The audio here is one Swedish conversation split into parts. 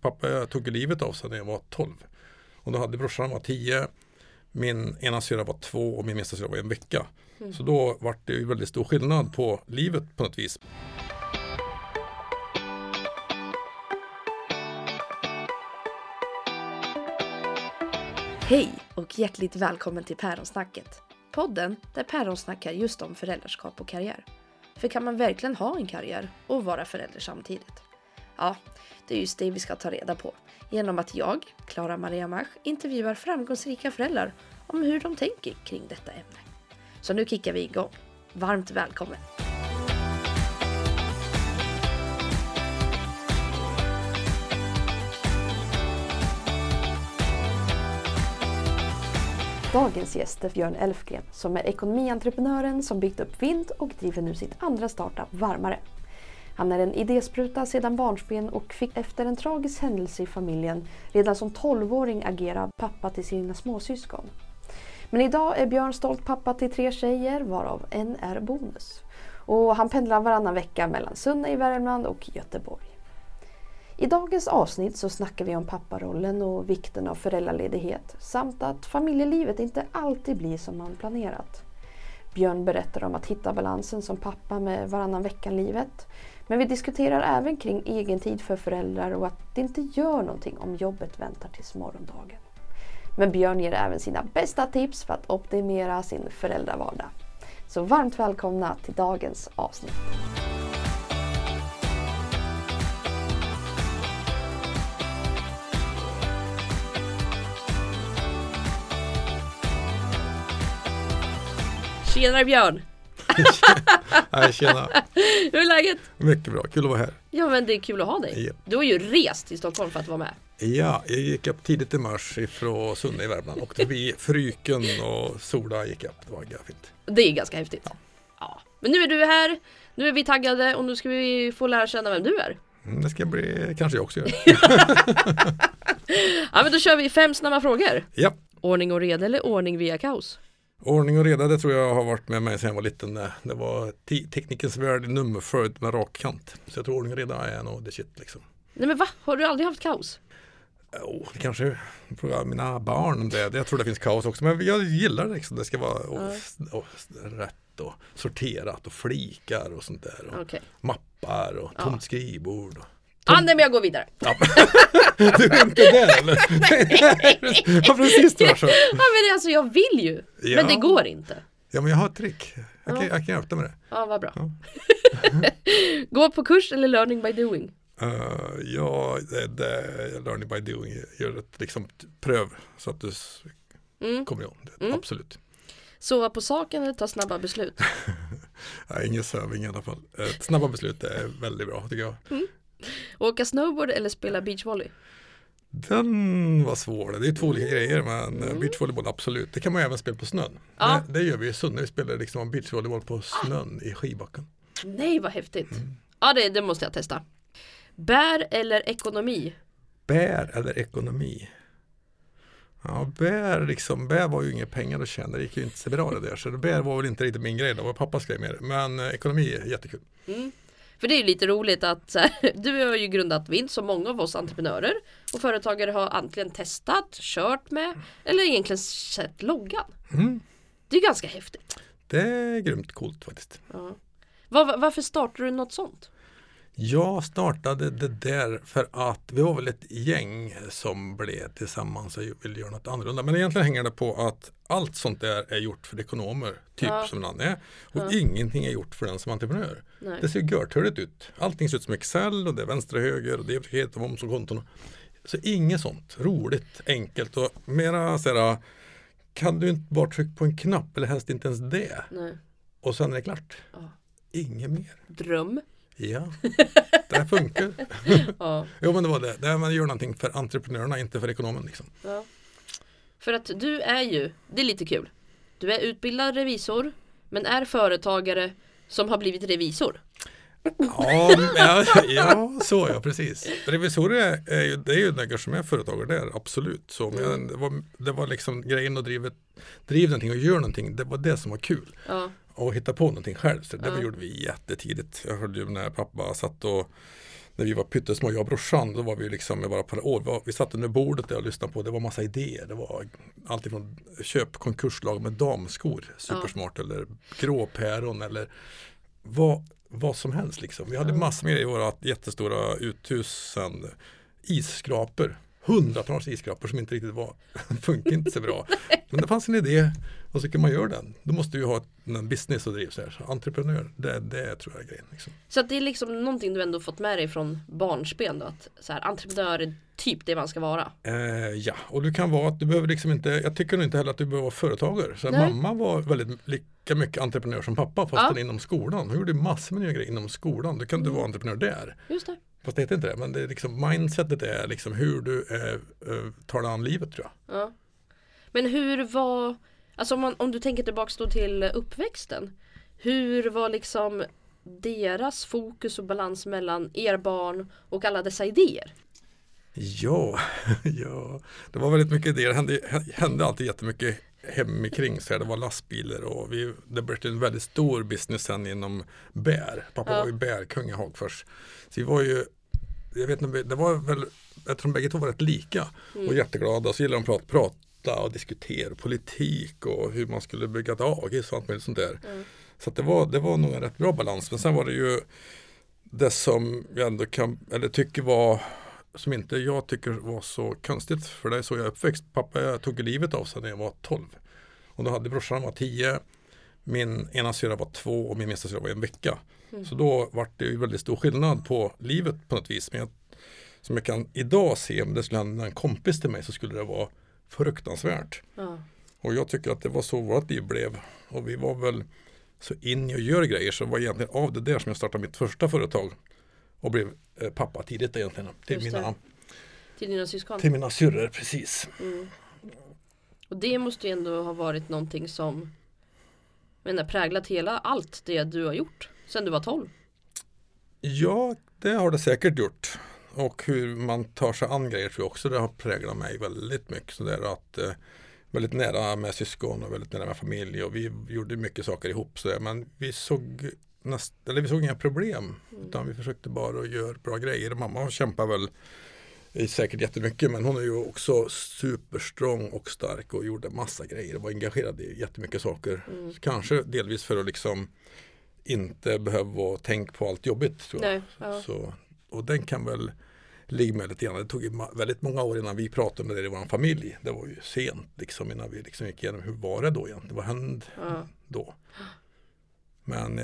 pappa tog livet av sig när jag var 12. Och då hade brorsan var 10, min ena syra var 2 och min minsta syra var 1 vecka. Så då var det ju väldigt stor skillnad på livet på något vis. Hej och hjärtligt välkommen till Päronsnacket. Podden där Päron snackar just om föräldraskap och karriär. För kan man verkligen ha en karriär och vara förälder samtidigt? Ja, det är just det vi ska ta reda på. Genom att jag, Clara Maria Mach, intervjuar framgångsrika föräldrar om hur de tänker kring detta ämne. Så nu kickar vi igång. Varmt välkommen! Dagens gäst är Björn Elfgren som är ekonomientreprenören som byggt upp Vind och driver nu sitt andra startup Varmare. Han är en idéspruta sedan barnsben och fick efter en tragisk händelse i familjen redan som 12-åring agera pappa till sina småsyskon. Men idag är Björn stolt pappa till 3 tjejer varav en är bonus. Och han pendlar varannan vecka mellan Sunne i Värmland och Göteborg. I dagens avsnitt så snackar vi om papparollen och vikten av föräldraledighet samt att familjelivet inte alltid blir som man planerat. Björn berättar om att hitta balansen som pappa med varannan veckan-livet. Men vi diskuterar även kring egen tid för föräldrar och att det inte gör någonting om jobbet väntar tills morgondagen. Men Björn ger även sina bästa tips för att optimera sin föräldravardag. Så varmt välkomna till dagens avsnitt. Tjena Björn! Nej, tjena. Hur är läget? Mycket bra, kul att vara här. Ja, men det är kul att ha dig. Ja. Du har ju rest till Stockholm för att vara med. Ja, jag gick upp tidigt i mars ifrån Sunne i Värmland och förbi Fryken och Sola gick upp. Det var fint. Det är ganska häftigt. Ja. Men nu är du här, nu är vi taggade och nu ska vi få lära känna vem du är. Det ska bli, kanske jag också gör. Ja, men då kör vi 5 snabba frågor. Ja. Ordning och reda eller ordning via kaos? Ordning och reda, det tror jag har varit med mig sedan jag var liten. Det var teknikens värld nummerföljd med rakkant. Så jag tror ordning och reda är nog det shit liksom. Nej men va? Har du aldrig haft kaos? Det kanske frågar mina barn om det. Jag tror det finns kaos också. Men jag gillar det liksom. Det ska vara rätt och sorterat och flikar och sånt där. Och Okay. mappar och tomt skrivbord. Nej men jag går vidare. Ja. Du är inte där eller? Ja, precis det var så. Ja men alltså jag vill ju. Ja. Men det går inte. Ja men jag har ett trick. Jag kan hjälpa med det. Ja vad bra. Ja. Gå på kurs eller learning by doing? Ja, det learning by doing. Gör ett liksom pröv så att du kommer igång. Absolut. Sova på saken eller ta snabba beslut? Nej, ingen sövning i alla fall. Snabba beslut är väldigt bra tycker jag. Åka snowboard eller spela beachvolley? Den var svår. Det är 2 olika grejer men beachvolleyboll absolut. Det kan man även spela på snön. Ja. Det gör vi i Sunne. Vi spelar liksom beachvolleyboll på snön i skidbacken. Nej vad häftigt. Ja det måste jag testa. Bär eller ekonomi? Bär eller ekonomi? Ja, bär var ju inga pengar att tjäna. Det gick ju inte så bra det där. Så bär var väl inte riktigt min grej. Det var pappas grej mer. Men ekonomi är jättekul. För det är ju lite roligt att så här, du har ju grundat Vind som många av oss entreprenörer och företagare har antingen testat, kört med eller egentligen sett loggan. Det är ganska häftigt. Det är grymt coolt faktiskt. Ja. Varför startade du något sånt? Jag startade det där för att vi var väl ett gäng som blev tillsammans och ville göra något annorlunda. Men egentligen hänger det på att allt sånt där är gjort för ekonomer, typ som någon är. Och ingenting är gjort för den som entreprenör. Nej. Det ser görtörligt ut. Allting ser ut som Excel och det är vänstra och höger och det är moms och konton. Så inget sånt. Roligt, enkelt och mera sådär, kan du inte bara trycka på en knapp eller helst inte ens det. Nej. Och sen är det klart. Ja. Inget mer. Dröm. Ja, det funkar. Ja. Jo men det var det. Där man gör någonting för entreprenörerna, inte för ekonomen liksom. Ja. För att du är ju, det är lite kul. Du är utbildad revisor men är företagare som har blivit revisor. Ja, så ja, precis. Revisorer det är ju en engagemang företagare där, absolut. Så, men det var liksom grejen att driva någonting och göra någonting, det var det som var kul. Ja. Och hitta på någonting själv, så det gjorde vi jättetidigt. Jag hörde ju när pappa satt och när vi var pyttesmå, jag och brorsan, då var vi liksom med bara par år. Vi satt under bordet där och lyssnade på, det var massa idéer. Det var allt ifrån köp konkurslag med damskor, supersmart, eller gråpäron eller vad som helst liksom. Vi hade massor med i våra jättestora uthus sen, isskrapor. Hundratals isskrapor som inte riktigt funkar inte så bra. Men det fanns en idé och så kan man göra den. Då måste du ha en business att driva så här. Så entreprenör, det tror jag är grejen. Liksom. Så att det är liksom någonting du ändå fått med dig från barnsben då? Att så här, entreprenör är typ det man ska vara? Ja, och du kan vara att du behöver liksom inte, jag tycker nog inte heller att du behöver vara företagare. Så mamma var väldigt lika mycket entreprenör som pappa fast inom skolan. Hon gjorde massor med nya grejer inom skolan. Då kan du vara entreprenör där. Just det. Fast det heter inte det, men det är liksom mindsetet är liksom hur du tar dig an livet, tror jag. Ja. Men hur var, alltså om du tänker tillbaka då till uppväxten, hur var liksom deras fokus och balans mellan er barn och alla dessa idéer? Ja, det var väldigt mycket idéer. Det hände alltid jättemycket hemikring, så det var lastbilar och det blev en väldigt stor business sen inom bär. Pappa var ju bärkung i Hagfors. Så vi var ju, jag vet inte, det var väl, jag tror bägge två var rätt lika och jätteglada. Så gillade de att prata och diskutera politik och hur man skulle bygga dagis och allt möjligt sånt där. Så att det var nog en rätt bra balans. Men sen var det ju det som jag ändå tycker var, som inte jag tycker var så konstigt, för det är så jag är uppväxt. Pappa tog livet av sig när jag var 12. Och då hade brorsan var 10, min ena syra var 2 och min minsta syra var 1 vecka. Så då var det ju väldigt stor skillnad på livet på något vis. Men som jag kan idag se, om det skulle hända en kompis till mig så skulle det vara fruktansvärt. Och jag tycker att det var så vårt liv blev. Och vi var väl så in i att göra grejer, så var egentligen av det där som jag startade mitt första företag. Och blev pappa tidigt egentligen. Till dina syskon? Till mina syrror, precis. Och det måste ju ändå ha varit någonting som präglat allt det du har gjort sedan du var 12. Ja, det har det säkert gjort. Och hur man tar sig an grejer tror jag också det har präglat mig väldigt mycket. Så där att väldigt nära med syskon och väldigt nära med familj. Och vi gjorde mycket saker ihop. Så där, men vi såg inga problem. Utan vi försökte bara göra bra grejer. Mamma kämpar väl säkert jättemycket, men hon är ju också superstrong och stark och gjorde massa grejer och var engagerad i jättemycket saker. Kanske delvis för att liksom inte behöva tänka på allt jobbigt, tror jag. Så, och den kan väl ligga med lite grann. Det tog väldigt många år innan vi pratade med det i vår familj. Det var ju sent liksom, innan vi liksom gick igenom hur var det då egentligen? Vad hände då? Men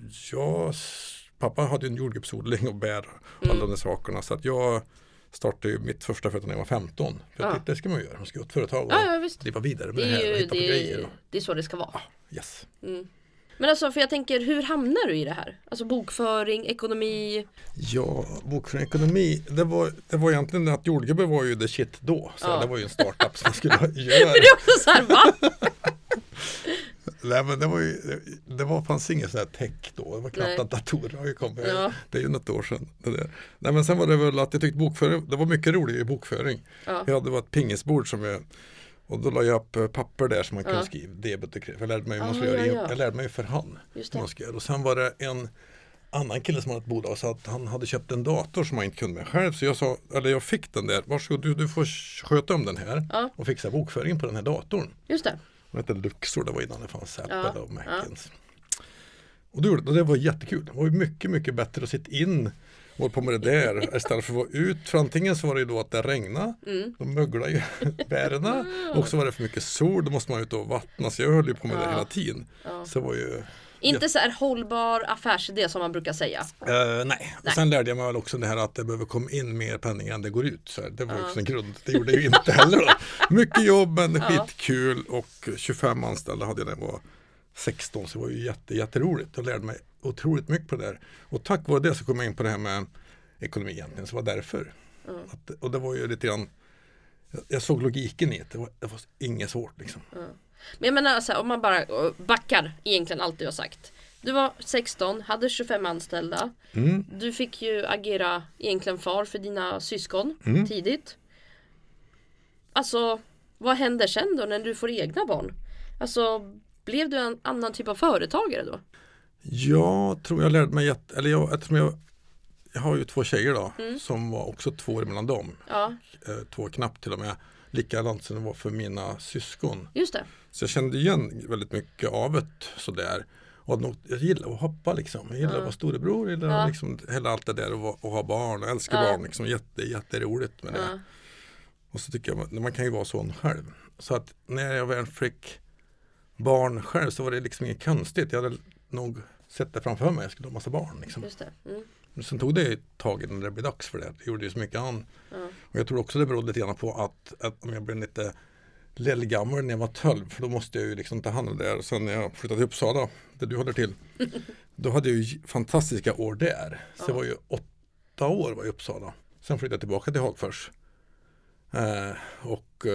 pappa hade ju en jordgubbsodling och bär och alla de där sakerna, så att jag startade ju mitt första företag när jag var 15. För jag tyckte det ska man göra. Man ska ha ett företag och driva vidare med det här och hitta på grejer. Det är så det ska vara. Yes. Men alltså, för jag tänker, hur hamnar du i det här? Alltså bokföring, ekonomi? Ja, bokföring, ekonomi. Det var egentligen att jordgubbe var ju the shit då. Så det var ju en startup som man skulle göra. Men det är också så här, va? Nej, men fanns ingen sån här tech då. Det var knappt att datorer har ju kommit. Det är ju något år sedan. Nej, men sen var det väl att jag tyckte bokföring, det var mycket roligt i bokföring. Jag hade ett pingisbord och då la jag upp papper där som man kunde skriva debet och kredit. Jag lärde mig jag lärde mig för hand. Och sen var det en annan kille som hade ett bolag, så att han hade köpt en dator som jag inte kunde med själv. Så jag fick den där. Varsågod, du får sköta om den här och fixa bokföringen på den här datorn. Just det. Det hette Luxor, det var innan det fanns Apple och Macins. Och det var jättekul. Det var ju mycket, mycket bättre att sitta in och hålla på med det där istället för att vara ut. För antingen så var det ju då att det regnade, de möglade ju bärerna, och så var det för mycket sol, då måste man ut och vattna. Så jag höll ju på med det hela tiden. Så det var ju... Inte så här hållbar affärsidé som man brukar säga. Nej. Och sen lärde jag mig väl också det här att det behöver komma in mer pengar än det går ut. Så det var också en grund. Det gjorde jag ju inte heller då. Mycket jobb, men skitkul, och 25 anställda hade jag när jag var 16, så det var ju jätteroligt. Jag lärde mig otroligt mycket på det där. Och tack vare det så kom jag in på det här med ekonomi egentligen. Så det var därför. Och det var ju lite grann, jag såg logiken i det. Det var inget svårt liksom. Men jag menar alltså, om man bara backar egentligen allt du har sagt. Du var 16, hade 25 anställda. Du fick ju agera egentligen far för dina syskon tidigt. Alltså, vad händer sen då när du får egna barn? Alltså, blev du en annan typ av företagare då? Jag tror jag lärde mig jag har ju 2 tjejer då, som var också 2 år mellan dem. Ja. 2 knappt till och med. Likadant som det var för mina syskon. Just det. Så jag kände igen väldigt mycket av det sådär. Och jag gillar att hoppa liksom. Jag gillar att vara storebror. Jag gillar liksom hela allt det där och ha barn. Jag älskar barn liksom. Jätteroligt med det. Och så tycker jag, man kan ju vara sån själv. Så att när jag väl fick barn själv så var det liksom inget konstigt. Jag hade nog sett det framför mig. Jag skulle ha massa barn liksom. Just det. Men sen tog det ett tag när det blev dags för det. Det gjorde ju så mycket annat. Och jag tror också det berodde lite grann på att om jag blev lite lillgammal när jag var 12, för då måste jag ju liksom ta hand om det. Och sen när jag flyttade till Uppsala, där du håller till, då hade jag ju fantastiska år där. Så det var ju 8 år var i Uppsala. Sen flyttade jag tillbaka till Hagfors. Och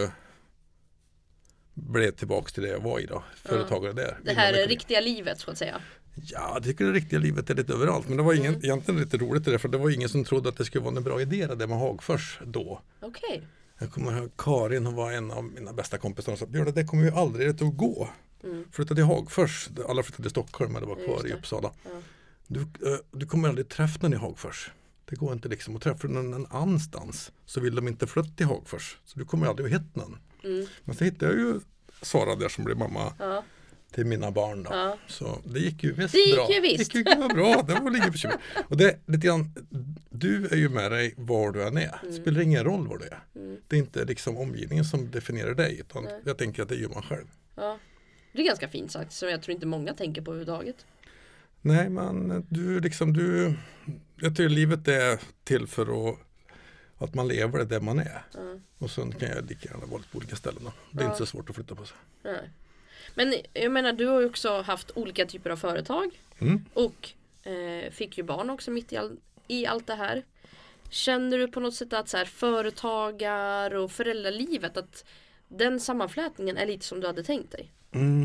blev tillbaka till det jag var i då. Företagare där. Det här är riktiga livet så att säga. Ja, jag tycker det riktiga livet är lite överallt. Men det var egentligen lite roligt det, för det var ingen som trodde att det skulle vara en bra idé det med Hagfors då. Okej. Jag kommer ihåg Karin, hon var en av mina bästa kompisar och sa, Björn, det kommer ju aldrig att gå. Flyttade till Hagfors, alla flyttade till Stockholm men det var kvar i Uppsala. Du kommer aldrig träffa någon i Hagfors. Det går inte liksom att träffa någon annanstans, så vill de inte flytta till Hagfors. Så du kommer aldrig att hitta någon. Men så hittade jag ju Sara där som blev mamma till mina barn då. Så det gick ju visst bra. Det gick ju bra, det var inget bekymmer. Och det lite grann, du är ju med dig var du än är. Det spelar ingen roll var du är. Det är inte liksom omgivningen som definierar dig, utan jag tänker att det gör man själv. Ja. Det är ganska fint sagt, så jag tror inte många tänker på överhuvudtaget. Nej, men jag tror livet är till för att man lever det där man är. Och sen kan jag lika gärna vara på olika ställen. Det är inte så svårt att flytta på sig. Nej. Men jag menar, du har ju också haft olika typer av företag. Och fick ju barn också mitt i allt det här. Känner du på något sätt att så här, företagar och föräldralivet, att den sammanflätningen är lite som du hade tänkt dig?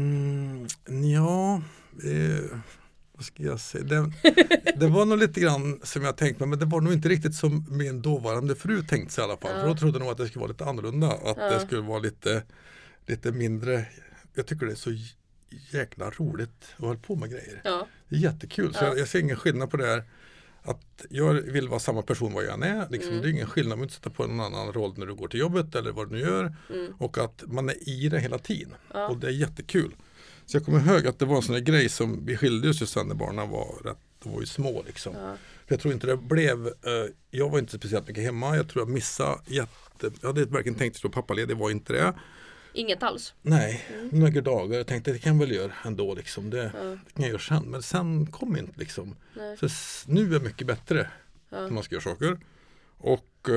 Ja, vad ska jag säga? Det var nog lite grann som jag tänkte, men det var nog inte riktigt som min dåvarande fru tänkte sig i alla fall. För då trodde nog att det skulle vara lite annorlunda. Att det skulle vara lite mindre. Jag tycker det är så jäkla roligt att hålla på med grejer. Det är jättekul. Så jag ser ingen skillnad på det här. Att jag vill vara samma person vad jag än är. Liksom, det är ingen skillnad om att sätta på en annan roll när du går till jobbet eller vad du nu gör. Och att man är i det hela tiden. Och det är jättekul. Så jag kommer ihåg att det var en sån här grej som vi skilde oss sen när barnen var ju små liksom. För jag tror inte det blev, jag var inte speciellt mycket hemma. Jag tror jag missade jag hade verkligen tänkt att stå pappaledig, var inte det. Inget alls? Nej, några dagar. Jag tänkte det kan väl göra ändå liksom. Det kan jag göra sen. Men sen kom inte liksom. Så nu är det mycket bättre när man ska göra saker. Och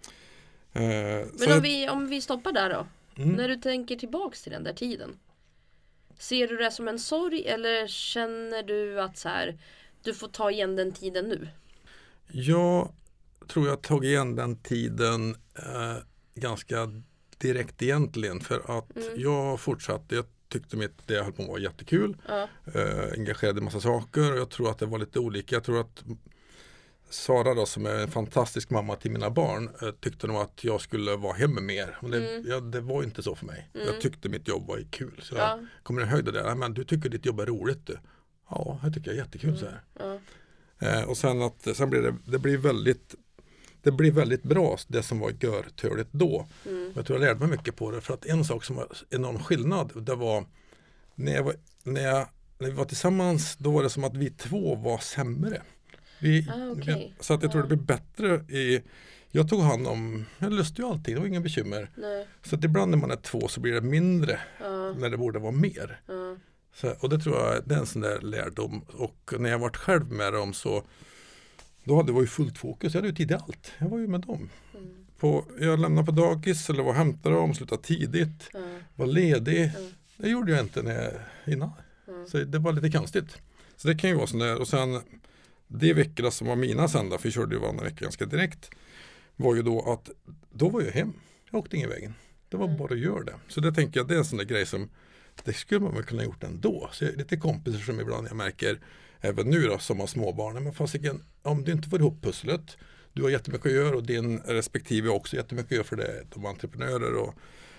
men om vi stoppar där då. När du tänker tillbaks till den där tiden. Ser du det som en sorg eller känner du att så här, du får ta igen den tiden nu? Jag tror jag tog igen den tiden ganska direkt egentligen, för att jag fortsatte. Jag tyckte det jag höll på med var jättekul. Engagerade i massa saker, och jag tror att det var lite olika. Jag tror att Sara då, som är en fantastisk mamma till mina barn, tyckte nog att jag skulle vara hemma mer. Men det var inte så för mig. Jag tyckte mitt jobb var kul. Så jag kommer ihåg det där. Men du tycker ditt jobb är roligt du? Ja, jag tycker det är jättekul så här. Och sen blir det blir väldigt bra det som var görtörligt då. Jag tror jag lärde mig mycket på det. För att en sak som var enorm skillnad, det var när vi var tillsammans, då var det som att vi två var sämre. Så att jag tror det blir bättre jag tog hand om, jag löste ju allting, det var inga bekymmer. Så att ibland när man är två så blir det mindre när det borde vara mer. Och det tror jag, det är en sån där lärdom. Och när jag varit själv med dem så då var ju fullt fokus, jag hade ju tid i allt. Jag var ju med dem. Jag lämnade på dagis eller var hämtade dem, slutade tidigt, var ledig. Det gjorde jag inte innan. Så det var lite konstigt. Så det kan ju vara sån där. Och sen de veckorna som var mina sen då, för jag körde ju varannan vecka ganska direkt, var ju då att då var jag hem. Jag åkte ingen vägen. Det var bara att göra det. Så det tänker jag, det är en sån där grej som det skulle man väl kunna ha gjort ändå. Så jag är lite kompisar som ibland jag märker även nu då som har småbarn. Men fasiken, om du inte får ihop pusslet, du har jättemycket att göra och din respektive också jättemycket att göra, för det. De entreprenörer och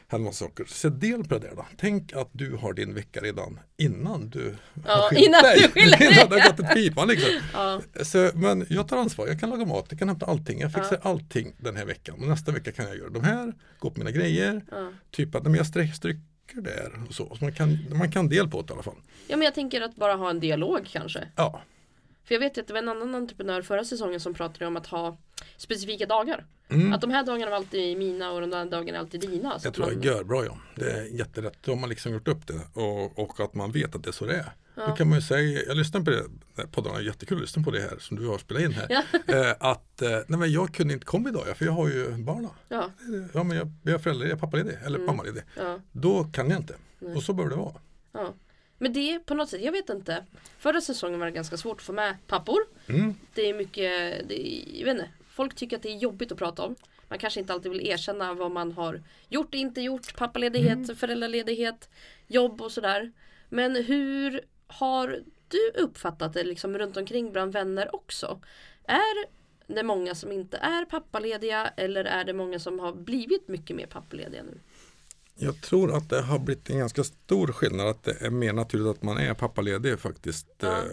händer massa saker. Så del på det där då. Tänk att du har din vecka redan innan du Ja, innan du skiljer dig. Innan du har gått ett pipan liksom. Ja. Så, men jag tar ansvar, jag kan laga mat, jag kan hämta allting. Jag fixar allting den här veckan. Och nästa vecka kan jag göra de här, gå på mina grejer. Typ att jag stryker där och så. Så man kan del på det i alla fall. Ja, men jag tänker att bara ha en dialog kanske. Ja. För jag vet att det var en annan entreprenör förra säsongen som pratade om att ha specifika dagar. Att de här dagarna var alltid mina och de där dagarna är alltid dina. Så jag tror det gör bra, ja. Det är jätterätt. Då har man liksom gjort upp det och att man vet att det är så det är. Då kan man ju säga, jag lyssnar på det, poddarna är jättekul att lyssna på det här som du har spelat in här. Nej, men jag kunde inte komma idag, för jag har ju barna. Ja, men jag är förälder, jag är pappaledig eller mammaledig. Då kan jag inte. Och så behöver det vara. Ja. Men det på något sätt, jag vet inte. Förra säsongen var det ganska svårt att få med pappor. Det är mycket, jag vet inte, folk tycker att det är jobbigt att prata om. Man kanske inte alltid vill erkänna vad man har gjort, inte gjort, pappaledighet, föräldraledighet, jobb och sådär. Men hur har du uppfattat det liksom runt omkring bland vänner också? Är det många som inte är pappalediga eller är det många som har blivit mycket mer pappalediga nu? Jag tror att det har blivit en ganska stor skillnad, att det är mer naturligt att man är pappaledig faktiskt.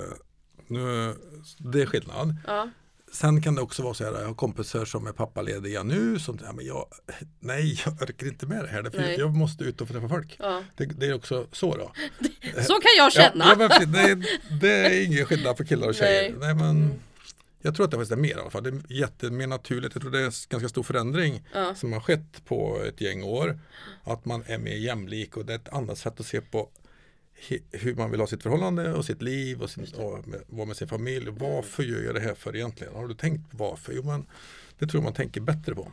Nu, det är skillnad. Sen kan det också vara så här, jag har kompisar som är pappalediga nu som säger, men jag orkar inte med det här, för jag måste ut och träffa folk. Det är också så då. Så kan jag känna. Det är ingen skillnad för killar och tjejer. Nej, men jag tror att det är mer i alla fall. Det är jättemer naturligt. Jag tror det är en ganska stor förändring som har skett på ett gäng år. Att man är mer jämlik och det är ett annat sätt att se på hur man vill ha sitt förhållande och sitt liv och vara med sin familj. Varför gör jag det här för egentligen? Har du tänkt varför? Jo, men det tror jag man tänker bättre på.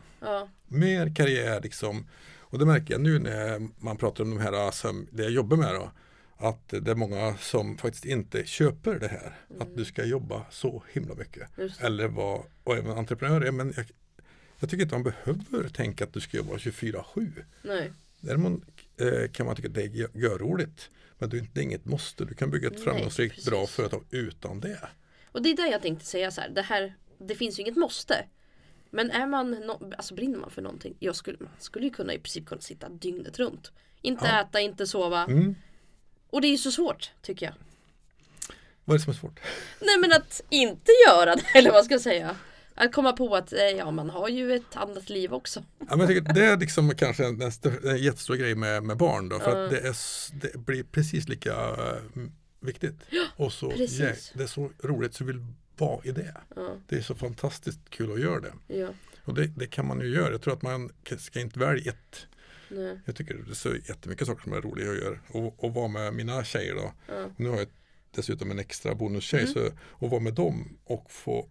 Mer karriär liksom. Och det märker jag nu när man pratar om de här som det jag jobbar med då. Att det är många som faktiskt inte köper det här. Att du ska jobba så himla mycket. Eller och även entreprenörer. Men jag tycker inte man behöver tänka att du ska jobba 24/7. Nej. Däremot kan man tycka att det är roligt. Men det är inget måste. Du kan bygga ett framgångsrikt bra företag utan det. Och det är där jag tänkte säga så här. Det finns ju inget måste. Men är man brinner man för någonting. Man skulle ju kunna i princip kunna sitta dygnet runt. Inte äta, inte sova. Och det är ju så svårt, tycker jag. Vad är det som är svårt? Nej, men att inte göra det, eller vad ska jag säga? Att komma på att man har ju ett annat liv också. Ja, men jag tycker det är liksom kanske en jättestor grej med barn då. För att det blir precis lika viktigt. Ja, och så det är så roligt så vill vara i det. Ja. Det är så fantastiskt kul att göra det. Ja. Och det kan man ju göra. Jag tror att man ska inte välja ett. Nej. Jag tycker det är så jättemycket saker som är roliga att göra. Och vara med mina tjejer då. Ja. Nu har jag dessutom en extra bonustjej. Så att vara med dem och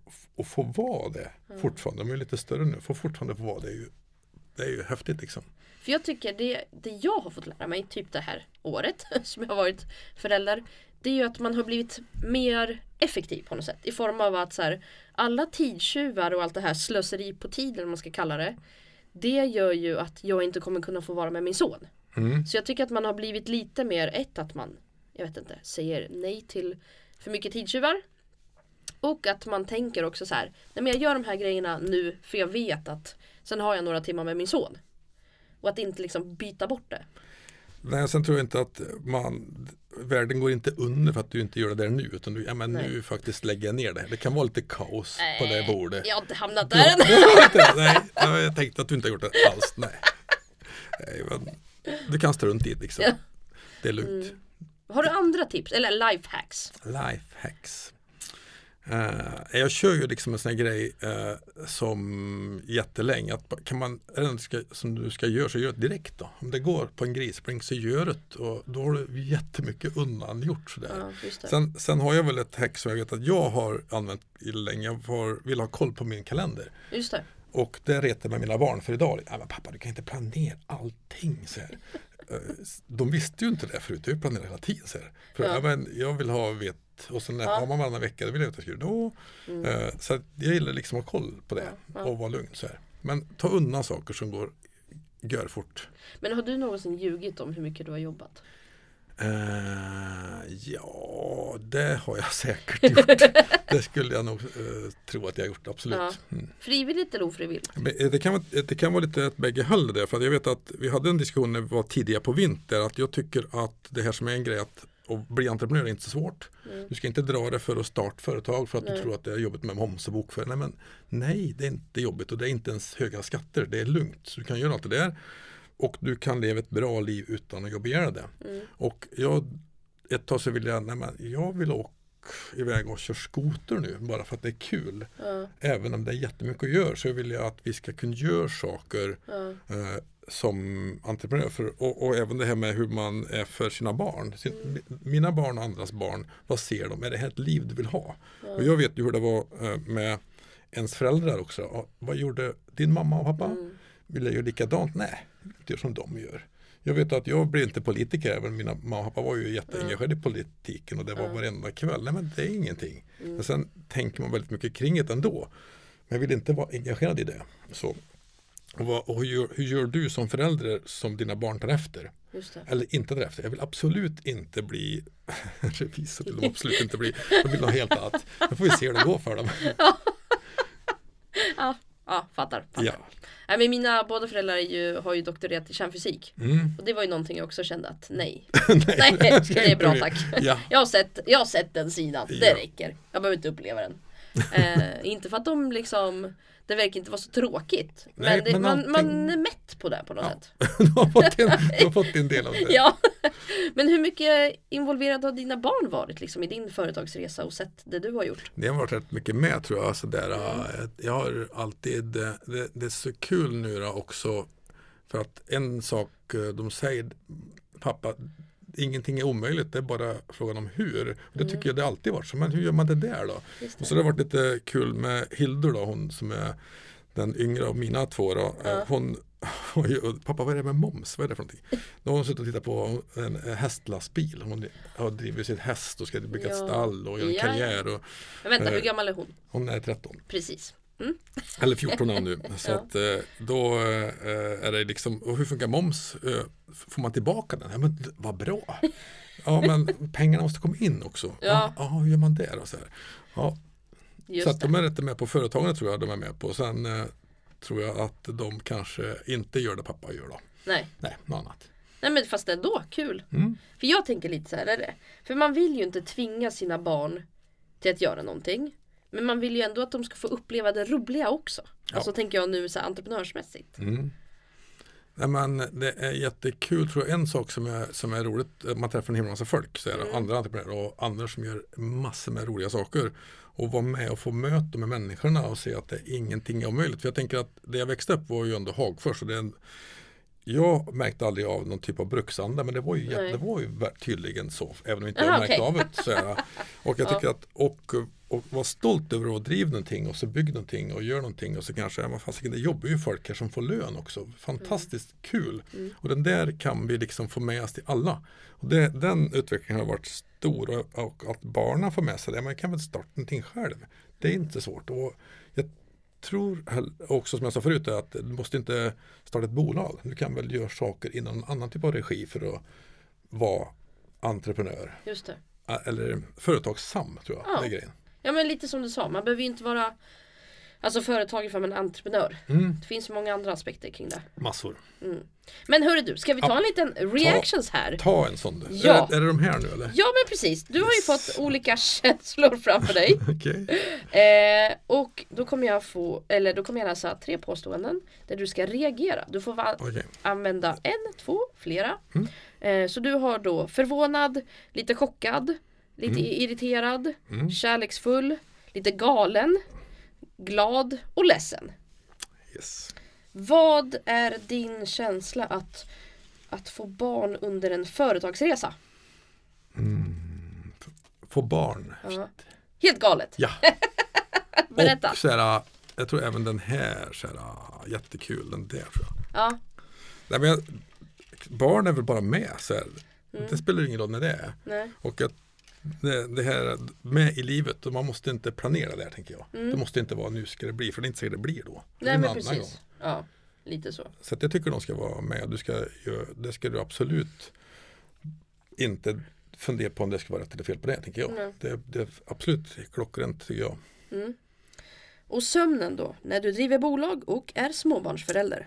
få vara det fortfarande. De är lite större nu. Fortfarande få vara det. Det är ju häftigt liksom. För jag tycker det jag har fått lära mig typ det här året som jag har varit förälder. Det är ju att man har blivit mer effektiv på något sätt. I form av att så här, alla tidstjuvar och allt det här slöseri på tiden man ska kalla det. Det gör ju att jag inte kommer kunna få vara med min son. Så jag tycker att man har blivit lite mer att man, jag vet inte, säger nej till för mycket tidstjuvar. Och att man tänker också så här, nej men jag gör de här grejerna nu för jag vet att sen har jag några timmar med min son. Och att inte liksom byta bort det. Nej, sen tror jag inte att världen går inte under för att du inte gör det där nu. Utan nu faktiskt lägger jag ner det. Det kan vara lite kaos på det bordet. Jag har inte hamnat där. Nej, jag tänkte att du inte har gjort det alls. Nej, men du kan strunta i det liksom. Ja. Det är lugnt. Har du andra tips? Eller lifehacks? Lifehacks. Jag kör ju liksom en sån här grej som jättelänge att som du ska göra så gör det direkt då. Om det går på en grisspring så gör det och då har du jättemycket undangjort sådär. Ja, sen har jag väl ett hack som jag vet att jag har använt länge. Jag vill ha koll på min kalender. Just det. Och det retar med mina barn för idag. Men pappa, du kan inte planera allting så här. De visste ju inte det förut. Jag planerar hela tiden så här. För jag vill ha och sen har man varannan vecka, det vill jag inte skriva då. Så jag gillar liksom att ha koll på det och vara lugn så här. Men ta undan saker som gör fort. Men har du någonsin ljugit om hur mycket du har jobbat? Ja, det har jag säkert gjort. Det skulle jag nog tro att jag har gjort, absolut. Ja. Frivilligt eller ofrivilligt? Men det kan vara lite ett bägge höll det, för att jag vet att vi hade en diskussion när vi var tidiga på vinter, att jag tycker att det här som är en grej att bli entreprenör är inte så svårt. Du ska inte dra det för att starta företag för att du tror att det är jobbigt med moms och bokföring. Nej, det är inte jobbigt och det är inte ens höga skatter. Det är lugnt, så du kan göra allt det där och du kan leva ett bra liv utan att jobba ihjäl det. Och ett tag så vill jag vill åka iväg och köra skoter nu bara för att det är kul. Även om det är jättemycket att göra, så vill jag att vi ska kunna göra saker som entreprenör och även det här med hur man är för sina barn. Mina barn och andras barn, vad ser de? Är det här ett liv du vill ha? Och jag vet ju hur det var med ens föräldrar också. Vad gjorde din mamma och pappa? Vill jag göra likadant? Nej, det är som de gör. Jag vet att jag blev inte politiker, även mina mamma och pappa var ju jätteengagerade i politiken och det var varenda kväll. Nej, men det är ingenting. Men sen tänker man väldigt mycket kring det ändå. Men jag vill inte vara engagerad i det. Så. Och hur gör du som förälder som dina barn tar efter? Just det. Eller inte tar efter. Jag vill absolut inte bli revisor. Vill de absolut inte bli. Jag vill ha helt annat. Då får vi se hur det går för dem. Ja, fattar. Ja. Nej, men mina båda föräldrar har ju doktorerat i kärnfysik. Och det var ju någonting jag också kände att nej, det är bra tack. Ja. Jag har sett den sidan, det räcker. Jag behöver inte uppleva den. Inte för att de liksom, det verkar inte vara så tråkigt. Nej, men allting... man är mätt på det på något sätt. Du har fått en del av det. Ja. Men hur mycket involverad har dina barn varit liksom, i din företagsresa och sett det du har gjort? Det har varit rätt mycket med, tror jag. Så där, jag har alltid, det är så kul nu då också, för att en sak de säger, pappa, ingenting är omöjligt, det är bara frågan om hur. Och det tycker jag det alltid varit så, men hur gör man det där då? Och så har det varit lite kul med Hildur då, hon som är den yngre av mina två då. Hon, pappa, vad är det med moms? Vad är det för någonting? Då har hon suttit och tittat på en hästlastbil. Hon har drivit sitt häst och ska bygga ett stall och göra en karriär. Och, men vänta, hur gammal är hon? Hon är 13. Precis. Eller 14 är hon nu. Så att då är det liksom, och hur funkar moms? Får man tillbaka den? Ja, men vad bra. Ja, men pengarna måste komma in också. Ja, hur gör man det då? Så här. Ja. Så att de är rätt med på företagen, tror jag de är med på. Sen tror jag att de kanske inte gör det pappa gör då. Nej, något annat. Nej, men fast ändå, kul. För jag tänker lite så här är det. För man vill ju inte tvinga sina barn till att göra någonting. Men man vill ju ändå att de ska få uppleva det roliga också. Ja. Alltså tänker jag nu så här entreprenörsmässigt. Nej, men det är jättekul, tror jag. En sak som är roligt, man träffar en himla massa folk, så är det andra entreprenörer och andra som gör massor med roliga saker. Och vara med och få möta med människorna och se att det ingenting är omöjligt. För jag tänker att det jag växte upp var ju ändå Hagfors. Och jag märkte aldrig av någon typ av bruksanda, men det var ju tydligen så, även om inte jag märkte av det. Så här. Och jag tycker att och vara stolt över att driva någonting och så bygga någonting och göra någonting och så kanske det jobbar ju folk här som får lön också. Fantastiskt kul. Och den där kan vi liksom få med oss till alla. Och den utvecklingen har varit stor och att barnen får med sig det. Man kan väl starta någonting själv. Det är inte svårt. Och jag tror också, som jag sa förut, att du måste inte starta ett bolag. Du kan väl göra saker inom en annan typ av regi för att vara entreprenör. Just det. Eller företagssam, tror jag. Det är grejen. Ja, men lite som du sa, man behöver ju inte vara företagare för en entreprenör. Det finns många andra aspekter kring det. Massor. Men hörru du, ska vi ta en liten reactions här? Ta en sån. Ja. Är det de här nu eller? Ja, men precis. Du har ju fått olika känslor framför dig. Okay. Och då kommer jag läsa 3 påståenden där du ska reagera. Du får använda 1, 2, flera. Så du har då förvånad, lite chockad, lite irriterad, kärleksfull, lite galen, glad och ledsen. Yes. Vad är din känsla att få barn under en företagsresa? Få barn? Ja. Helt galet. Ja. Berätta. Och såhär, jag tror även den här jättekul, den där tror jag. Ja. Nej, men barn är väl bara med såhär. Det spelar ingen roll när det är. Nej. Och att det här med i livet, och man måste inte planera det, tänker jag. Det måste inte vara nu ska det bli, för det är inte så det blir då. Nej, men precis. Gång. Ja, lite så. Så att jag tycker de ska vara med. Det ska du absolut inte fundera på om det ska vara rätt eller fel på det, tänker jag. Det är absolut klockrent, tycker jag. Och sömnen då, när du driver bolag och är småbarnsförälder?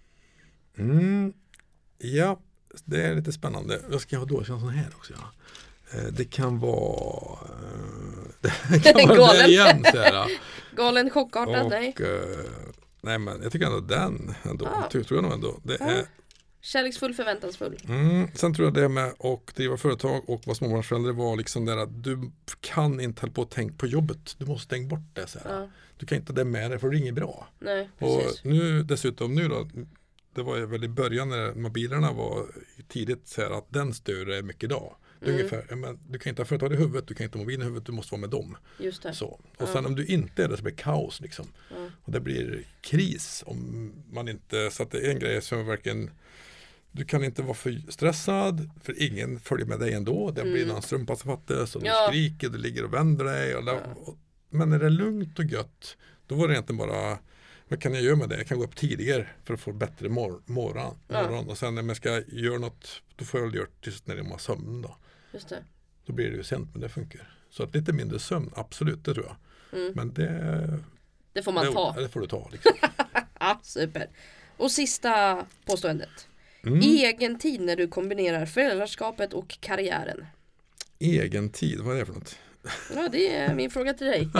Ja, det är lite spännande. Jag ska ha då en sån här också. Ja. Det kan vara Galen. det igen. Så här. Galen, chockartad, nej. Nej, men jag tycker ändå den ändå. Tror jag nog ändå. Det är kärleksfull, förväntansfull. Sen tror jag det med att driva företag och vara småbarnsförälder var liksom där att du kan inte hålla på att tänka på jobbet. Du måste tänka bort det. Så här. Du kan inte ha det med dig, för det är inget bra. Nej, precis. Och nu dessutom då, det var ju väl i början när mobilerna var tidigt så här, att den större är mycket idag. Ungefär, men du kan inte ha företag i huvudet, du kan inte ha mobilen i huvudet, du måste vara med dem. Just det. Så. Och sen om du inte är det så blir det kaos liksom. Och det blir kris om man inte, så att det är en grej som verkligen, du kan inte vara för stressad, för ingen följer med dig ändå. Det blir någon strumpa som fattas och du skriker, du ligger och vänder dig. Men när det är lugnt och gött, då var det egentligen bara, vad kan jag göra med det? Jag kan gå upp tidigare för att få bättre morgon. Och sen när jag ska göra något, då får jag väl göra tills när det är sömn då. Just det. Då blir det ju sent, men det funkar. Så att lite mindre sömn, absolut, det tror jag. Men det får man ta. Det får du ta. Liksom. Ja, super. Och sista påståendet. Egen tid när du kombinerar föräldraskapet och karriären. Egen tid, vad är det för något? Ja, det är min fråga till dig.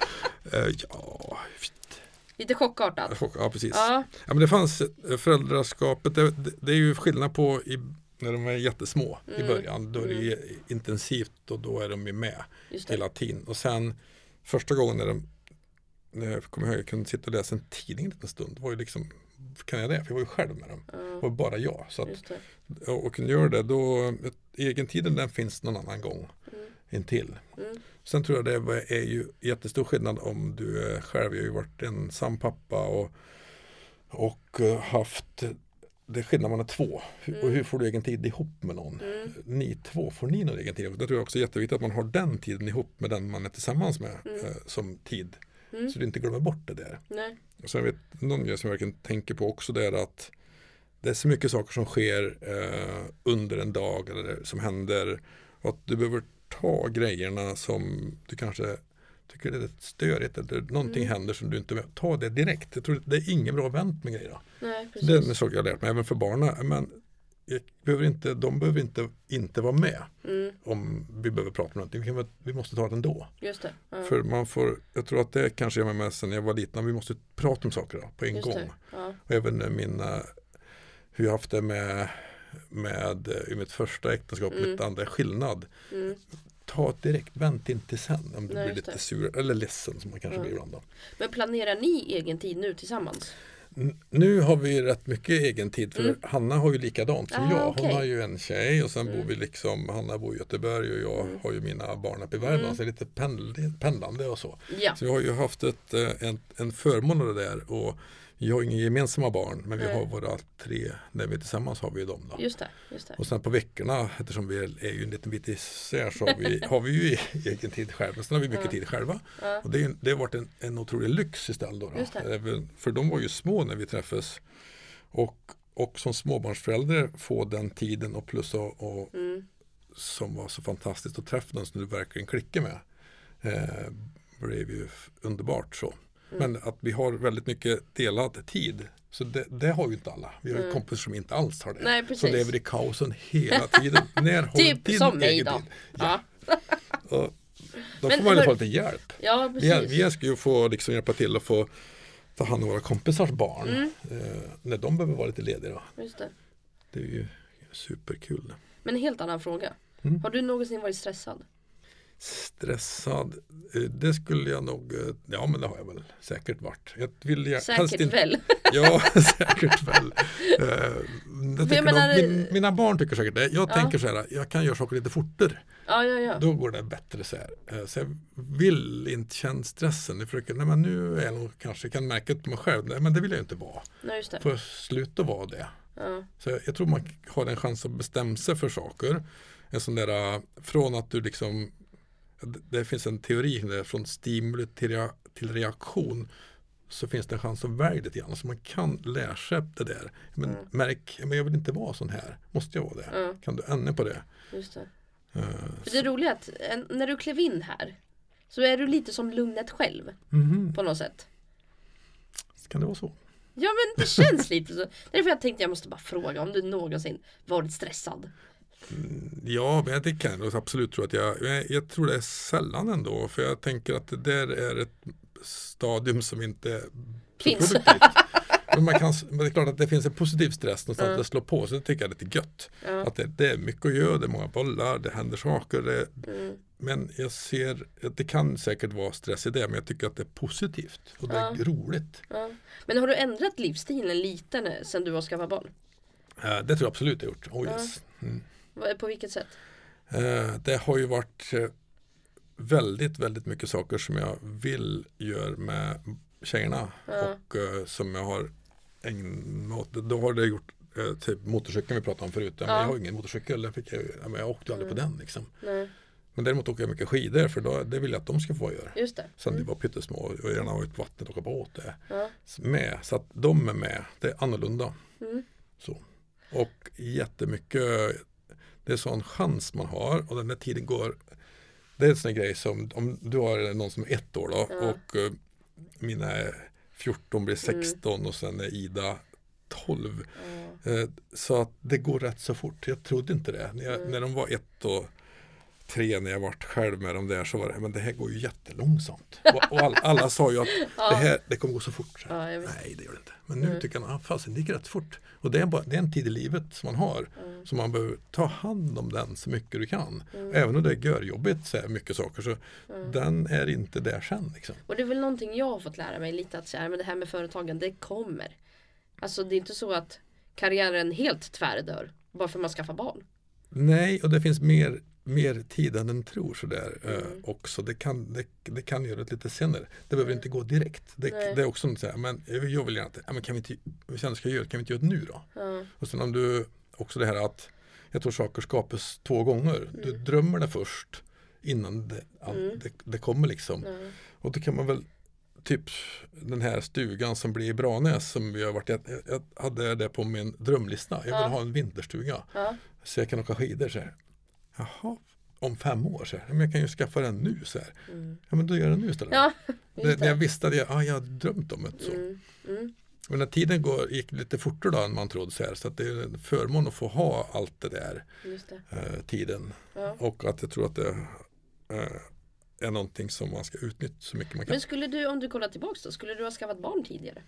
Lite chockartat. Ja, precis. Ja, men det fanns föräldraskapet, det är ju skillnad på när de är jättesmå i början. Då är det intensivt och då är de ju med hela tiden. Och sen första gången när jag kommer ihåg, jag kunde sitta och läsa en tidning en stund, det var ju liksom, kan jag det? För jag var ju själv med dem. Det var bara jag. Så att, och kunde göra det, då egentiden den finns någon annan gång intill. Sen tror jag det är ju jättestor skillnad om du är själv. Jag har ju varit ensam pappa och haft, det är skillnad man är två. Och hur får du egen tid ihop med någon? Ni två, får ni någon egen tid? Det tror jag också är jätteviktigt att man har den tiden ihop med den man är tillsammans med som tid. Så du inte glömmer bort det där. Nej. Och sen någon grej som jag verkligen tänker på också, det är att det är så mycket saker som sker under en dag eller som händer, och att du behöver ta grejerna som du kanske tycker det är störigt eller någonting händer som du inte ta det direkt. Jag tror det är ingen bra vänt med grejer. Nej, precis. Det är en sak jag har lärt mig även för barnen. Men de behöver inte vara med om vi behöver prata om någonting. Vi måste ta det ändå. Just det. För jag tror att det kanske är med sen jag var liten. Vi måste prata om saker på en gång. Och även hur jag haft det med i mitt första äktenskap, mitt andra skillnad. Ta ett direkt, vänt inte sen om du blir lite sur eller ledsen som man kanske blir ibland då. Men planerar ni egen tid nu tillsammans? Nu har vi rätt mycket egen tid, för Hanna har ju likadant som jag. Hon har ju en tjej och sen bor vi liksom, Hanna bor i Göteborg och jag har ju mina barn uppe i Värmland, så det är lite pendlande och så. Så vi har ju haft en förmån av det där, och vi har inga gemensamma barn, men vi har våra 3, när vi är tillsammans har vi ju dem då. Just det. Och sen på veckorna, eftersom vi är ju en liten bit isär, så har vi ju egen tid själva. Sen har vi mycket tid själva. Och det har varit en otrolig lyx istället då. För de var ju små när vi träffades. Och som småbarnsförälder få den tiden och plus och som var så fantastiskt att träffa någon som du verkligen klickar med. Blev ju underbart så. Men att vi har väldigt mycket delad tid. Så det har ju inte alla. Vi har ju kompisar som inte alls har det. Nej, som lever i kaosen hela tiden. När har typ din som mig egen då. tid? Ja. Och då får man ju få lite hjälp. Ja, precis. Vi ska ju få liksom hjälpa till att få ta hand om våra kompisars barn. När de behöver vara lite lediga då. Just det. Det är ju superkul. Men en helt annan fråga. Har du någonsin varit stressad? Stressad, det skulle jag nog, ja men det har jag väl säkert varit. Säkert väl. Ja, säkert väl. Mina barn tycker säkert det. Jag tänker så här, jag kan göra saker lite fortare. Ja. Då går det bättre så här. Så jag vill inte känna stressen. Jag försöker, nej men nu är jag nog kanske kan märka det på mig själv. Nej men det vill jag inte vara. Nej, just det. För sluta vara det. Så jag tror man har en chans att bestämma sig för saker. En sån där, från att du liksom, det finns en teori där, från stimuli till reaktion, så finns det en chans att välja lite grann. Så man kan lära sig det där. Men märk, men jag vill inte vara sån här. Måste jag vara det? Kan du ändra på det? Just För det är roligt att när du klev in här så är du lite som lugnet själv på något sätt. Kan det vara så? Ja, men det känns lite så. Därför jag tänkte jag måste bara fråga om du någonsin varit stressad. Ja, men det kan jag absolut tro att jag tror det är sällan ändå. För jag tänker att det där är ett stadium som inte är så produktivt. Men det är klart att det finns en positiv stress någonstans att det slår på, så det tycker jag är lite gött. Att det är mycket att göra, det är många bollar, det händer saker. Men jag ser att det kan säkert vara stress i det, men jag tycker att det är positivt och det är roligt. Men har du ändrat livsstilen lite sen du har skaffat barn? Det tror jag absolut jag har gjort. Yes. På vilket sätt? Det har ju varit väldigt, väldigt mycket saker som jag vill göra med tjejerna och som jag har ägnat. Då har det gjort typ motorcykeln vi pratade om förut. Men jag har ingen motorcykel, jag åkte aldrig på den liksom. Nej. Men däremot åker jag mycket skidor, för det vill jag att de ska få göra. Just det. Sen det var pyttesmå och gärna varit på vattnet och åka båt med. Så att de är med, det är annorlunda. Så. Och jättemycket, det är sån chans man har, och den där tiden går. Det är en sån grej som, om du har någon som är 1 år då, och mina 14 blir 16 och sen är Ida 12. Så att det går rätt så fort. Jag trodde inte det. När de var 1 och 3, när jag varit själv med dem där, så var det, men det här går ju jättelångsamt. Och alla sa ju att det kommer gå så fort. Nej, det gör det inte. Men nu tycker jag att det gick rätt fort. Och det är en tid i livet som man har. Så man behöver ta hand om den så mycket du kan. Även om det gör jobbigt så här mycket saker, så den är inte där sen. Liksom. Och det är väl någonting jag har fått lära mig lite, att säga, men det här med företagen, det kommer. Alltså det är inte så att karriären helt tvärdör bara för att man skaffar barn. Nej, och det finns mer tid än den tror sådär också. Det kan göra det lite senare. Det behöver inte gå direkt. Det är också något så här, men jag vill gärna att, kan vi inte göra det nu då? Och sen om du, också det här att jag tror saker skapas 2 gånger. Du drömmer det först innan det kommer liksom. Och då kan man väl typ den här stugan som blir i Branäs, som vi har varit, jag hade det på min drömlista. Jag vill ha en vinterstuga. Så jag kan åka skidor så här. Jaha, om 5 år så här. Men jag kan ju skaffa den nu så här. Ja, men då gör jag den nu istället. Ja, när jag visste att jag har drömt om det så. Men när tiden gick lite fortare då än man trodde så här. Så att det är en förmån att få ha allt det där tiden. Och att jag tror att det är någonting som man ska utnyttja så mycket man kan. Men skulle du, om du kollar tillbaka då, skulle du ha skaffat barn tidigare?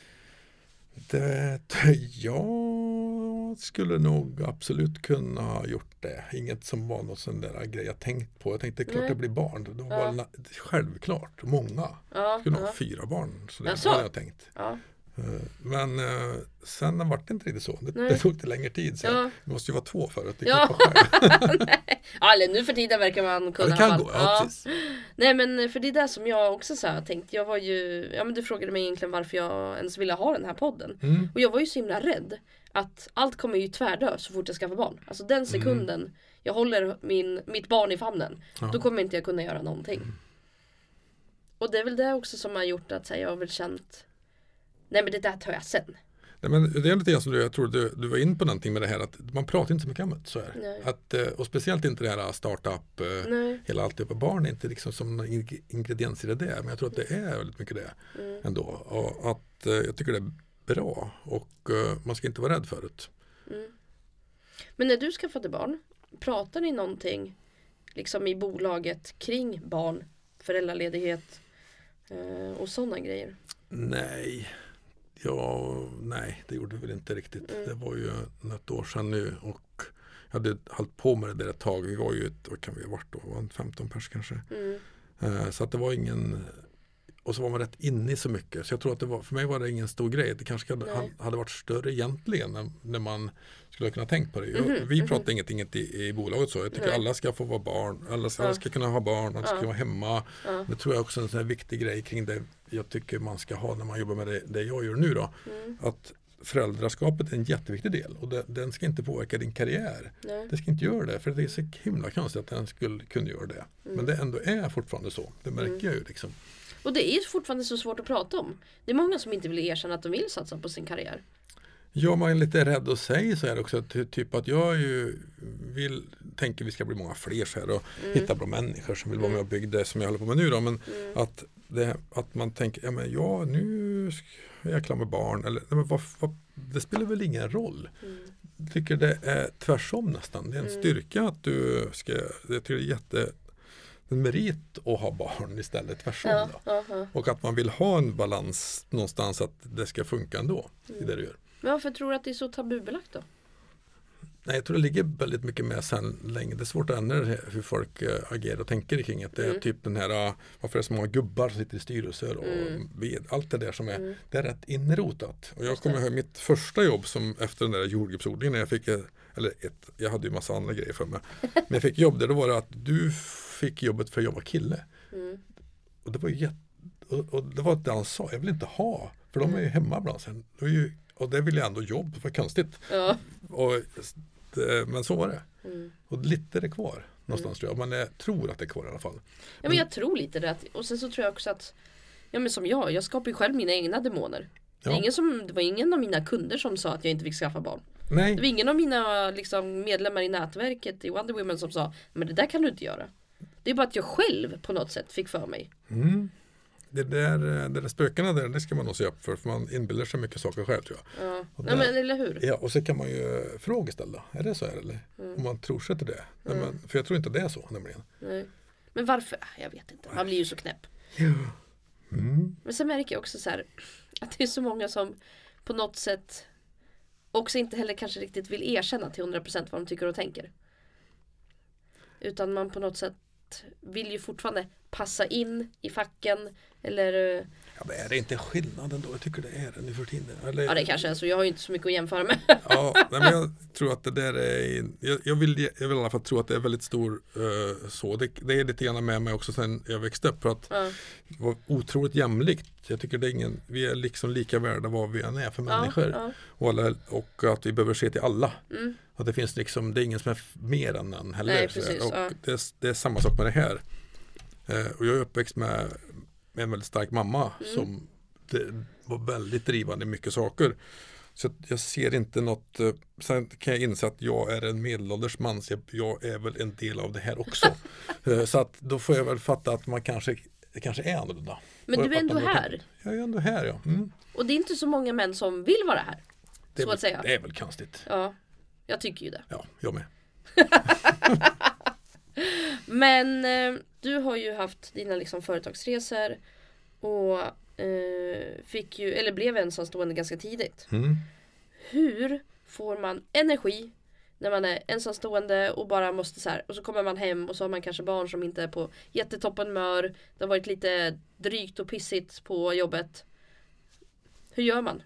Jag skulle nog absolut kunna ha gjort det. Inget som var någon sån där grej jag tänkt på. Jag tänkte klart det blir barn. Då var det självklart. Många. Skulle nog ha 4 barn. Så det hade jag tänkt. Men sen var det inte riktigt så. Det tog lite längre tid. Så det måste ju vara 2 för att det kan eller nu för tiden verkar man kunna. Det kan gå, precis. Nej, men för det är det som jag också så här tänkt. Jag var ju, men du frågade mig egentligen varför jag ens ville ha den här podden. Och jag var ju så himla rädd att allt kommer ju tvärdö så fort jag skaffar barn. Alltså den sekunden jag håller mitt barn i famnen, då kommer inte jag kunna göra någonting. Och det är väl det också som har gjort att jag har väl känt, nej, men det där tar jag sen. Nej, men det är lite grann som jag tror du var in på någonting med det här, att man pratar inte så mycket om det så här. Och speciellt inte det här startup, hela alltihopa. Barn är inte liksom som ingrediens i det där, men jag tror att det är väldigt mycket det ändå. Och att jag tycker det är bra, och man ska inte vara rädd för det. Men när du skaffade barn, pratar ni någonting liksom i bolaget kring barn, föräldraledighet och sådana grejer? Nej, det gjorde vi väl inte riktigt. Det var ju något år sedan nu, och jag hade hållit på med det där ett tag. Vi var ju, vad kan vi ha varit då? 15 pers kanske. Så att det var ingen, och så var man rätt inne i så mycket. Så jag tror att för mig var det ingen stor grej. Det kanske hade varit större egentligen när man skulle kunna tänkt på det. Vi pratar ingenting i bolaget så. Jag tycker alla ska få vara barn. Alla ska kunna ha barn. Alla ska vara hemma. Det tror jag också är en sån här viktig grej kring det jag tycker man ska ha när man jobbar med det jag gör nu då. Att föräldraskapet är en jätteviktig del, och den ska inte påverka din karriär. Det ska inte göra det, för det är så himla konstigt att den skulle kunna göra det. Men det ändå är fortfarande så. Det märker jag ju liksom. Och det är fortfarande så svårt att prata om. Det är många som inte vill erkänna att de vill satsa på sin karriär. Ja, man är lite rädd att säga så här också. Typ att jag vill tänker vi ska bli många fler så här och hitta bra människor som vill vara med och bygga det som jag håller på med nu då. Men att man tänker, nu är jag klar med barn. Eller, men det spelar väl ingen roll. Jag tycker det är tvärsom nästan. Det är en styrka att du ska, jag tycker det är en merit att ha barn istället, tvärsom då. Och att man vill ha en balans någonstans att det ska funka ändå i det du gör. Men varför tror du att det är så tabubelagt då? Nej, jag tror det ligger väldigt mycket med sen länge. Det är svårt att ändra hur folk agerar och tänker kring det. Det är typ den här, varför är det så många gubbar som sitter i styrelser och allt det där som är, det är rätt inrotat. Och jag kommer ihåg mitt första jobb som efter den där jordgubbsodlingen när jag fick, jag hade ju massa andra grejer för mig. Men jag fick jobb där, då var det att du fick jobbet för att jag var kille. Och det var och det var det han sa, jag vill inte ha, för de är ju hemma ibland sen. Och det vill jag ändå jobba, det var konstigt. Men så var det. Och lite är det kvar någonstans tror jag. Men jag tror att det är kvar i alla fall. Ja, men jag tror lite det. Och sen så tror jag också att, men som jag skapar ju själv mina egna demoner. Det var ingen av mina kunder som sa att jag inte fick skaffa barn. Nej. Det var ingen av mina medlemmar i nätverket i Wonder Women som sa, men det där kan du inte göra. Det är bara att jag själv på något sätt fick för mig. Det där spökarna där, det ska man nog se upp för man inbillar sig mycket saker själv tror jag. Men eller hur? Ja, och så kan man ju fråga ställa. Är det så här eller? Om man tror sig till det. Nej, men, för jag tror inte det är så nämligen. Nej. Men varför? Jag vet inte. Man blir ju så knäpp. Men sen märker jag också så här, att det är så många som på något sätt också inte heller kanske riktigt vill erkänna till 100% vad de tycker och tänker. Utan man på något sätt vill ju fortfarande passa in i facken eller... Ja, men är det inte skillnaden då? Jag tycker det är det nu för tiden. Eller... Ja, det kanske är så. Jag har ju inte så mycket att jämföra med. Men jag tror att det där är... Jag vill i alla fall tro att det är väldigt stor så. Det är lite grann med mig också sen jag växte upp. För att det var otroligt jämlikt. Jag tycker det är vi är liksom lika värda vad vi än är för människor. Och att vi behöver se till alla. Och det finns liksom, det är ingen som är mer än en heller. Nej, precis, och det är samma sak med det här. Och jag är uppväxt med en väldigt stark mamma som var väldigt drivande i mycket saker. Så jag ser inte något, sen kan jag inse att jag är en medelålders man, så jag är väl en del av det här också. Så att då får jag väl fatta att man kanske är annorlunda. Men du är ändå här. Jag är ändå här, ja. Och det är inte så många män som vill vara här. Så att säga. Det är väl konstigt. Ja, jag tycker ju det. Ja, jag med. Men du har ju haft dina liksom företagsresor och blev ensamstående ganska tidigt. Hur får man energi när man är ensamstående och bara måste så här, och så kommer man hem och så har man kanske barn som inte är på jättetoppen humör. Det har varit lite drygt och pissigt på jobbet. Hur gör man?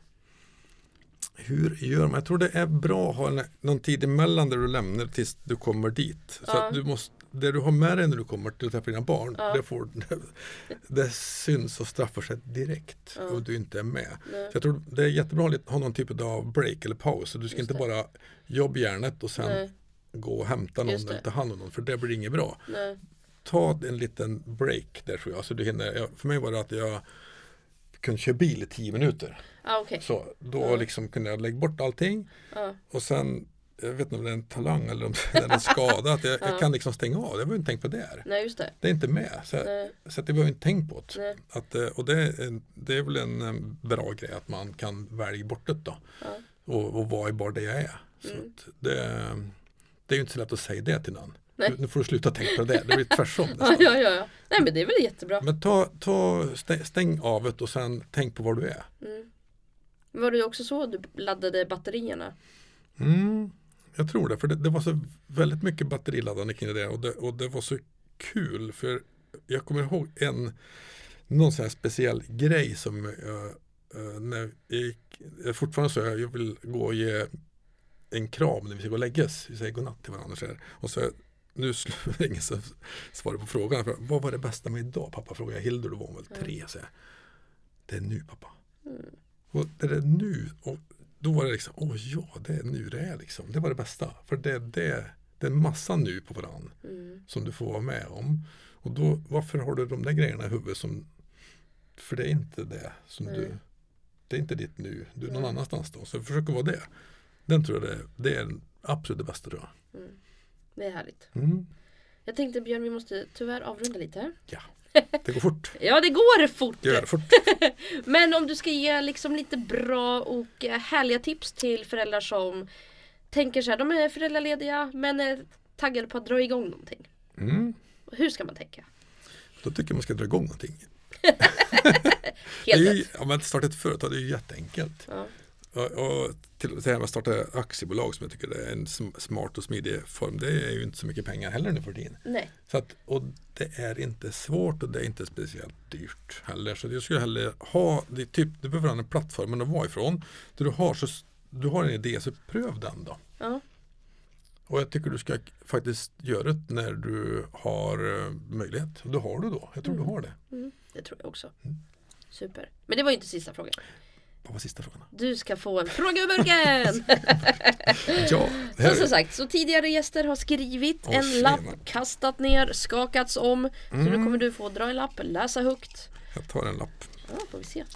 Jag tror det är bra att ha någon tid emellan där du lämnar tills du kommer dit. Så att det du har med dig när du kommer till att träffa dina barn, det syns och straffar sig direkt om du inte är med. Så jag tror det är jättebra att ha någon typ av break eller paus. Du ska inte bara jobba hjärnet och sen gå och hämta någon eller ta hand om någon, för det blir inget bra. Ta en liten break där tror jag. Så du hinner, för mig var det att jag kunde köra bil i 10 minuter. Okay. Så då liksom kunde jag lägga bort allting. Och sen, jag vet inte om det är en talang eller om det är en skada, att jag kan liksom stänga av. Jag behöver inte tänka på det. Nej, just det. Det är inte med. Så att jag behöver inte tänka på det. Och det är väl en bra grej att man kan välja bort det då. Och vara i bara det jag är. Så att det är ju inte så lätt att säga det till någon. Nu får du sluta tänka på det. Det blir tvärsom. Ja. Nej, men det är väl jättebra. Men stäng av det och sen tänk på var du är. Var det också så du laddade batterierna? Jag tror det. För det var så väldigt mycket batteriladdande kring det. Och det var så kul. För jag kommer ihåg någon sån här speciell grej som när jag gick, fortfarande så jag vill gå och ge en kram när vi ska gå och läggas. Vi säger godnatt till varandra. Och så nu är ingen som svarar på frågan. För, vad var det bästa med idag, pappa? Frågade jag. Hildur, då var hon väl 3. Så det är nu, pappa. Och det är nu. Och då var det liksom, det är nu det är liksom. Det var det bästa. För det är en massa nu på varandra som du får vara med om. Och då, varför har du de där grejerna i huvudet som, för det är inte det som det är inte ditt nu. Du är någon annanstans då. Så försök att vara det. Den tror jag det är absolut det bästa, tror jag. Det är härligt. Mm. Jag tänkte Björn, vi måste tyvärr avrunda lite här. Ja, det går fort. Ja, det går fort. Gör det fort. Men om du ska ge liksom lite bra och härliga tips till föräldrar som tänker så här, de är föräldralediga men är taggade på att dra igång någonting. Mm. Hur ska man tänka? Då tycker jag man ska dra igång någonting. Helt rätt. Ja, men att starta ett företag, det är ju jätteenkelt. Ja. Och till det här med att starta aktiebolag som jag tycker det är en smart och smidig form, det är ju inte så mycket pengar heller nu för tiden. Nej. Så att, och det är inte svårt och det är inte speciellt dyrt heller. Så jag skulle hellre ha, det typ, du behöver ha en plattform att vara ifrån. Där du har en idé, så pröv den då. Ja. Och jag tycker du ska faktiskt göra det när du har möjlighet. Det har du då. Jag tror du har det. Mm. Det tror jag också. Super. Men det var ju inte sista frågan. Vad var sista frågan? Du ska få en fråga ur burken. Ja, det här Så som sagt, så tidigare gäster har skrivit en lapp, kastat ner, skakats om. Så nu kommer du få dra en lapp, läsa högt. Jag tar en lapp. Ja, får vi se.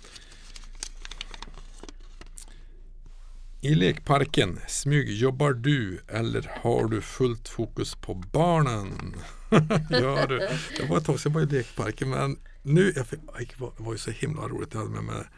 I lekparken, smygjobbar du eller har du fullt fokus på barnen? Ja, du. Jag var ett tag sedan bara i lekparken, men nu, det var ju så himla roligt. Jag hade med mig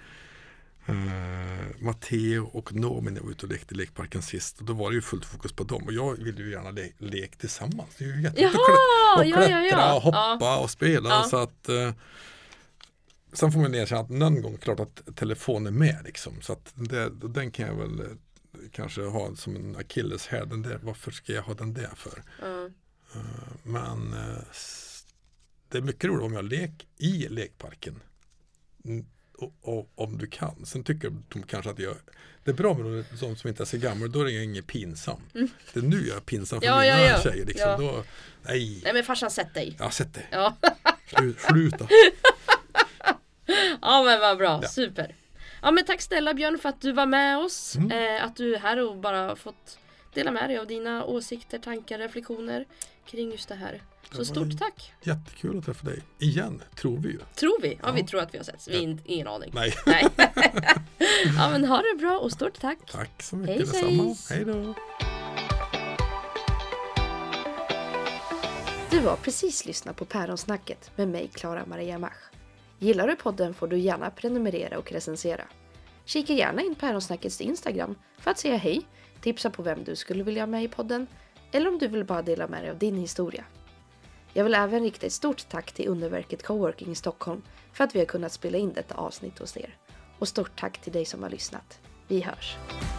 Matteo och Noomi när jag var ute och lekte i lekparken sist. Och då var det ju fullt fokus på dem. Och jag ville ju gärna leka tillsammans. Det är ju jätteroligt att klättra och hoppa och spela. Ja. Så att, sen får man erkänna att någon gång klart att telefonen är med. Liksom. Så att den kan jag väl kanske ha som en akilleshäl. Varför ska jag ha den där för? Men det är mycket roligt om jag lek i lekparken. Och om du kan. Sen tycker de kanske att det är bra med de som inte är så gamla. Då är det inget pinsam. Det är nu jag är pinsam för mina tjejer. Liksom. Då, nej men farsan, sätt dig. Ja, sätt dig. Ja. Sluta. Ja, men vad bra. Ja. Super. Ja, men tack snälla Björn för att du var med oss. Att du är här och bara fått dela med dig av dina åsikter, tankar, reflektioner kring just det här. Så stort tack. Jättekul att träffa dig. Igen, tror vi ju. Tror vi? Ja, vi tror att vi har sett. Vi har ingen aning. Nej. Ja, men ha det bra och stort tack. Tack så mycket. Detsamma. Hej då. Du har precis lyssnat på Päronsnacket med mig, Clara Maria Mach. Gillar du podden får du gärna prenumerera och recensera. Kika gärna in Päronsnackets Instagram för att säga hej, tipsa på vem du skulle vilja ha med i podden eller om du vill bara dela med dig av din historia. Jag vill även rikta ett stort tack till Underverket Coworking i Stockholm för att vi har kunnat spela in detta avsnitt hos er. Och stort tack till dig som har lyssnat. Vi hörs!